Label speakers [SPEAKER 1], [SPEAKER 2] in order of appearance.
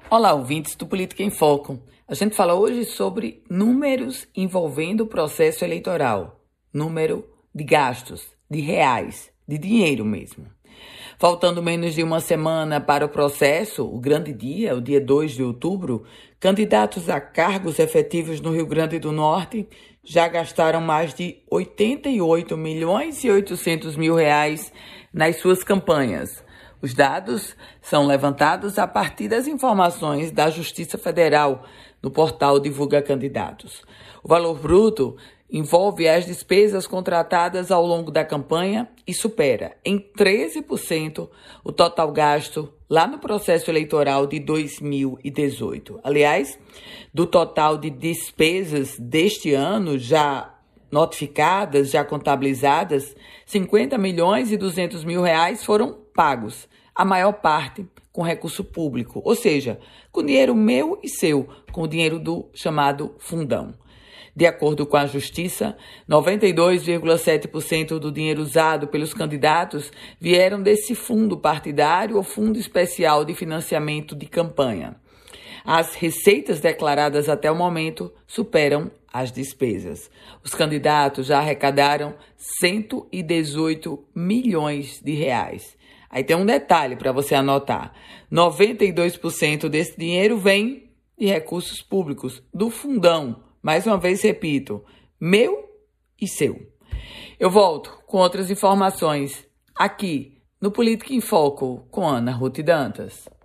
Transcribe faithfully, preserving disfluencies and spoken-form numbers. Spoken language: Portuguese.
[SPEAKER 1] Olá, ouvintes do Política em Foco. A gente fala hoje sobre números envolvendo o processo eleitoral. Número de gastos, de reais, de dinheiro mesmo. Faltando menos de uma semana para o processo, o grande dia, o dia dois de outubro, candidatos a cargos efetivos no Rio Grande do Norte já gastaram mais de oitenta e oito milhões e oitocentos mil reais nas suas campanhas. Os dados são levantados a partir das informações da Justiça Federal no portal Divulga Candidatos. O valor bruto envolve as despesas contratadas ao longo da campanha e supera em treze por cento o total gasto lá no processo eleitoral de dois mil e dezoito. Aliás, do total de despesas deste ano já notificadas, já contabilizadas, cinquenta milhões e duzentos mil reais foram pagos, a maior parte com recurso público, ou seja, com dinheiro meu e seu, com o dinheiro do chamado fundão. De acordo com a Justiça, noventa e dois vírgula sete por cento do dinheiro usado pelos candidatos vieram desse fundo partidário ou fundo especial de financiamento de campanha. As receitas declaradas até o momento superam as despesas. Os candidatos já arrecadaram cento e dezoito milhões de reais. Aí tem um detalhe para você anotar. noventa e dois por cento desse dinheiro vem de recursos públicos, do fundão. Mais uma vez repito, meu e seu. Eu volto com outras informações aqui no Política em Foco com Ana Ruth Dantas.